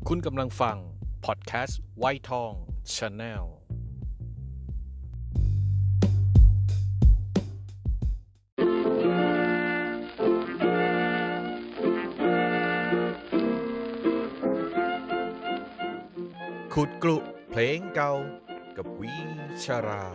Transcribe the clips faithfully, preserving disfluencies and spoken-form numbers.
คุณกำลังฟังพอดแคสต์ไวท์ทอง Channelขุดกลุ่เพลงเก่ากับวิชารา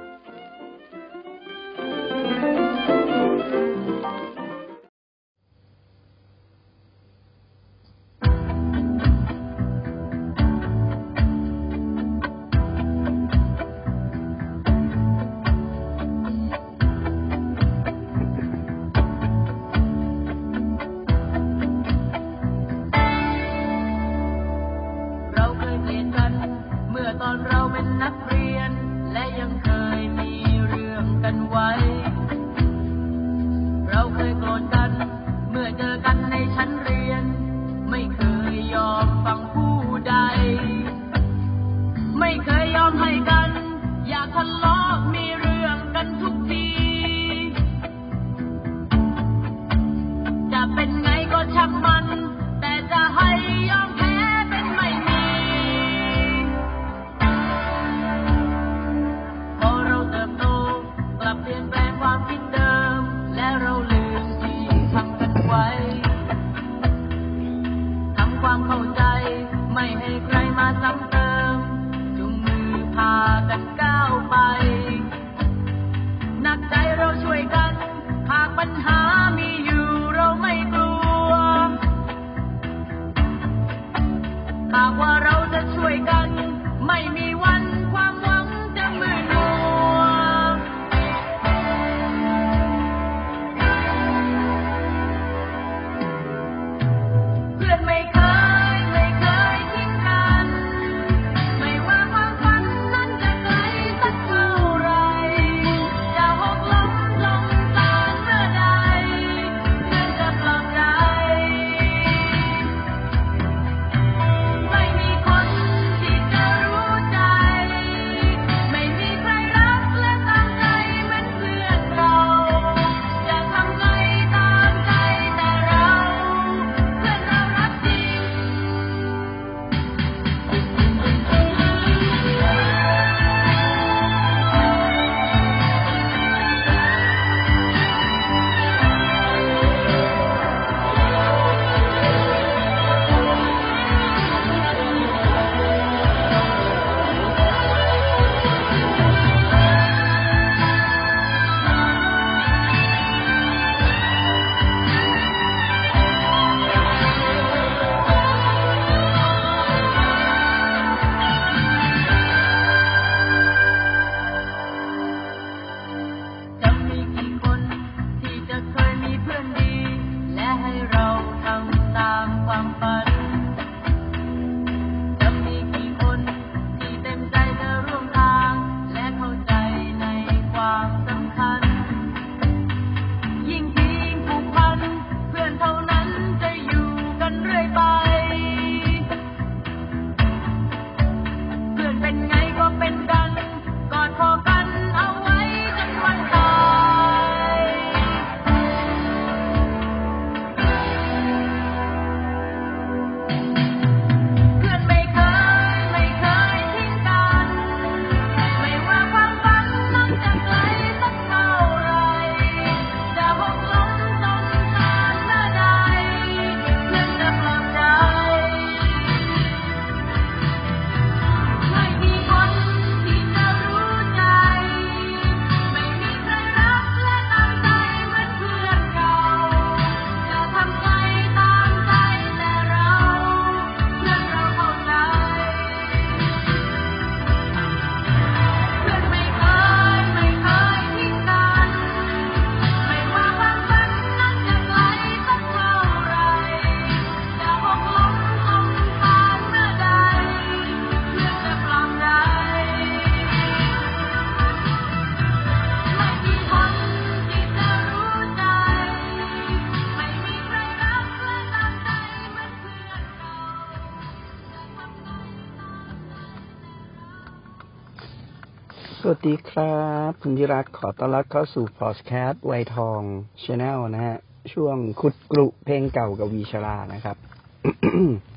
สวัสดีครับคุณวิรัตขอต้อนรับเข้าสู่พอดแคสต์ไวทอง Channel นะฮะช่วงขุดกลุ่เพลงเก่ากับวีชรานะครับ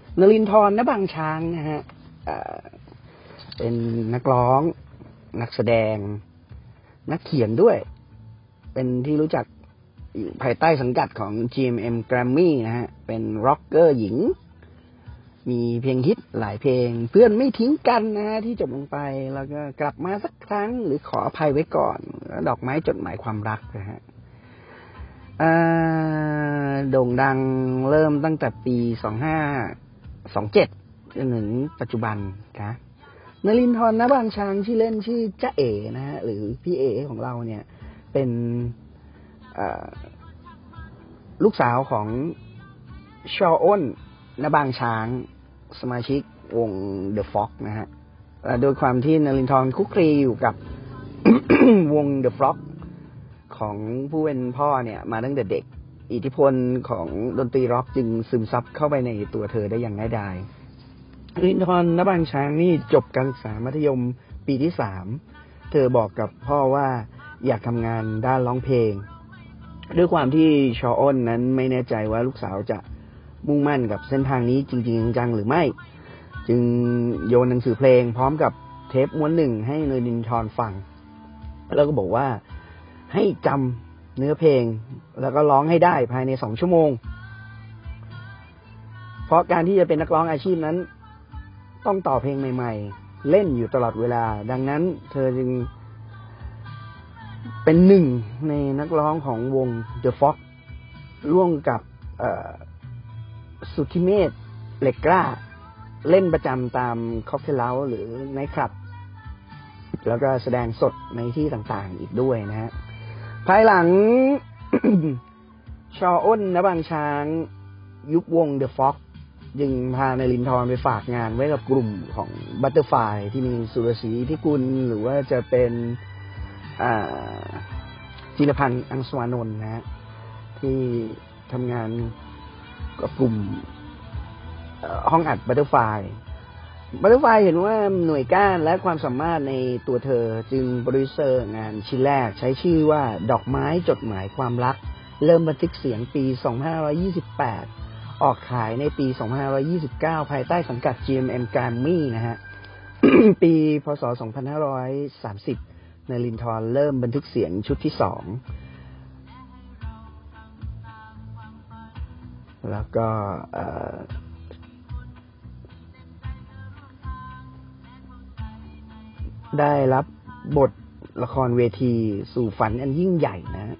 นลินทร์ ณ บางช้างนะฮะเป็นนักร้องนักแสดงนักเขียนด้วยเป็นที่รู้จักอยู่ภายใต้สังกัดของ จี เอ็ม เอ็ม Grammy นะฮะเป็นร็อกเกอร์หญิงมีเพลงฮิตหลายเพลงเพื่อนไม่ทิ้งกันนะฮะที่จบลงไปแล้วก็กลับมาสักครั้งหรือขออภัยไว้ก่อนดอกไม้จดหมายความรักนะฮะโด่งดังเริ่มตั้งแต่ปีสองพันห้าร้อยยี่สิบเจ็ดจนถึงปัจจุบันนะนลินทร์ ณ บางช้างชื่อเล่นชื่อจ๊ะเอ๋นะฮะหรือพี่เอของเราเนี่ยเป็นลูกสาวของชออ้น ณ บางช้างสมาชิกวง The Frog นะฮะโดยความที่นลินทร์คุกคลีอยู่กับ วง The Frog ของผู้เป็นพ่อเนี่ยมาตั้งแต่เด็กอิทธิพลของดนตรีร็อกจึงซึมซับเข้าไปในตัวเธอได้อย่างง่ายดายนลินทร์ ณ บางช้างนี่จบการศึกษามัธยมปีที่สามเธอบอกกับพ่อว่าอยากทำงานด้านร้องเพลงด้วยความที่ชออ้นนั้นไม่แน่ใจว่าลูกสาวจะมุ่งมั่นกับเส้นทางนี้จริงๆจังหรือไม่จึงโยนหนังสือเพลงพร้อมกับเทปม้วนหนึ่งให้นลินทร์ฟังแล้วก็บอกว่าให้จำเนื้อเพลงแล้วก็ร้องให้ได้ภายในสองชั่วโมงเพราะการที่จะเป็นนักร้องอาชีพนั้นต้องต่อเพลงใหม่ๆเล่นอยู่ตลอดเวลาดังนั้นเธอจึงเป็นหนึ่งในนักร้องของวง The Frog ร่วมกับสุทธิเมธเหล็กกล้าเล่นประจำตามค็อกเทลเล้าหรือไนท์คลับแล้วก็แสดงสดในที่ต่างๆอีกด้วยนะฮะภายหลัง ชออ้น ณ บางช้างยุบวง The Frog จึงพานลินทร์ไปฝากงานไว้กับกลุ่มของ Butterfly ที่มีสุรศรีพิกุลหรือว่าจะเป็นจิรพันธ์อังสวานนท์นะฮะที่ทำงานกับกลุ่มห้องอัด Butterfly Butterfly เห็นว่าหน่วยก้านและความสามารถในตัวเธอจึงโปรดิวเซอร์งานชิ้นแรกใช้ชื่อว่าดอกไม้จดหมายความรักเริ่มบันทึกเสียงปีสองพันห้าร้อยยี่สิบแปดออกขายในปีสองพันห้าร้อยยี่สิบเก้าภายใต้สังกัด จี เอ็ม เอ็ม Grammy นะฮะ ปีพ.ศ. สองพันห้าร้อยสามสิบนลินทร์เริ่มบันทึกเสียงชุดที่สองแล้วก็ได้รับบทละครเวทีสู่ฝันอันยิ่งใหญ่นะ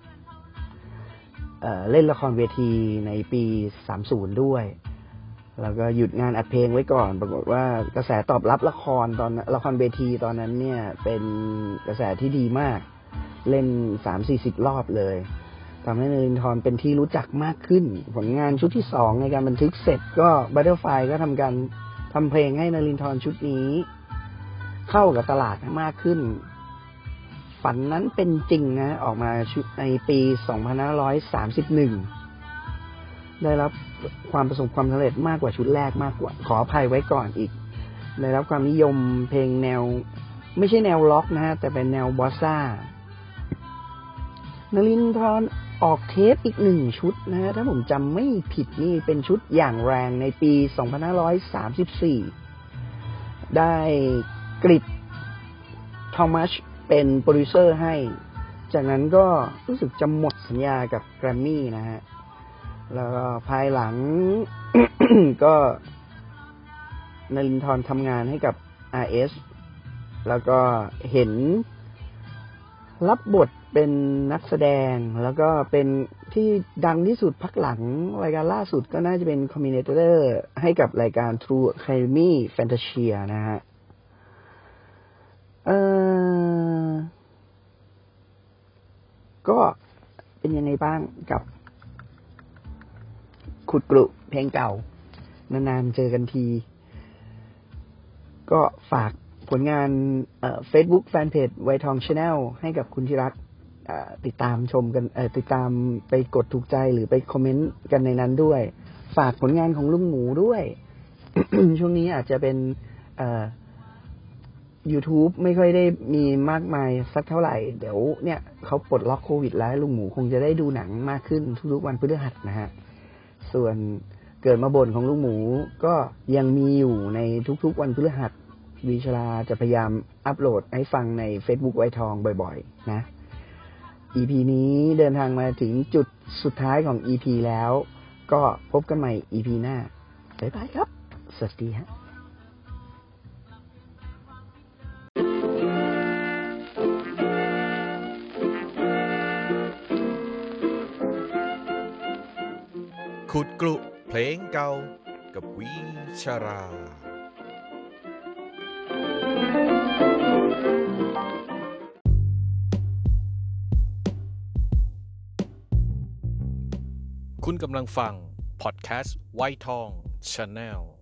เอ่อเล่นละครเวทีในปีสามสิบด้วยแล้วก็หยุดงานอัดเพลงไว้ก่อนปรากฏว่ากระแสตอบรับละครตอนละครเวทีตอนนั้นเนี่ยเป็นกระแสที่ดีมากเล่น สามถึงสี่สิบ รอบเลยทำให้นลินทร์เป็นที่รู้จักมากขึ้นผลงานชุดที่สองในการบันทึกเสร็จก็ Butterfly ก็ทำการทำเพลงให้นลินทร์ชุดนี้เข้ากับตลาดมากขึ้นฝันนั้นเป็นจริงนะออกมาชุดในปีสองพันห้าร้อยสามสิบเอ็ดได้รับความประสบความสำเร็จมากกว่าชุดแรกมากกว่าขออภัยไว้ก่อนอีกได้รับความนิยมเพลงแนวไม่ใช่แนวล็อกนะฮะแต่เป็นแนวบอสซ่านลินทร์ออกเทปอีกหนึ่งชุดนะฮะถ้าผมจำไม่ผิดนี่เป็นชุดอย่างแรงในปีสองพันห้าร้อยสามสิบสี่ได้กริดทอมัสเป็นโปรดิวเซอร์ให้จากนั้นก็รู้สึกจะหมดสัญญากับแกรมมี่นะฮะแล้วก็ภายหลัง ก็นลินทร์ทำงานให้กับ อาร์ เอส แล้วก็เห็นรับบทเป็นนักแสดงแล้วก็เป็นที่ดังที่สุดพักหลังรายการล่าสุดก็น่าจะเป็นคอมเมนเตอร์ให้กับรายการ True Academy Fantasia นะฮะเออก็เป็นยังไงบ้างกับขุดกลุ่มเพลงเก่านานๆเจอกันทีก็ฝากผลงานเอ่อ Facebook Fanpage ไวทอง Channel ให้กับคุณที่รักติดตามชมกันเอ่อติดตามไปกดถูกใจหรือไปคอมเมนต์กันในนั้นด้วยฝากผลงานของลุงหมูด้วย ช่วงนี้อาจจะเป็นเอ่อ YouTube ไม่ค่อยได้มีมากมายสักเท่าไหร่เดี๋ยวเนี่ยเขาปลดล็อกโควิดแล้วลุงหมูคงจะได้ดูหนังมากขึ้นทุกๆวันพฤหัสนะฮะส่วนเกิดมาบ่นของลูกหมูก็ยังมีอยู่ในทุกๆวันพฤหัสวีชลาจะพยายามอัปโหลดให้ฟังใน Facebook ไวทองบ่อยๆนะ อี พี นี้เดินทางมาถึงจุดสุดท้ายของ อี พี แล้วก็พบกันใหม่ อี พี หน้าบ๊ายบายครับสวัสดีฮะขุดกลุ่เพลงเก่ากับวิชาราคุณกำลังฟังพอดแคสต์ไวท์ทอง Channel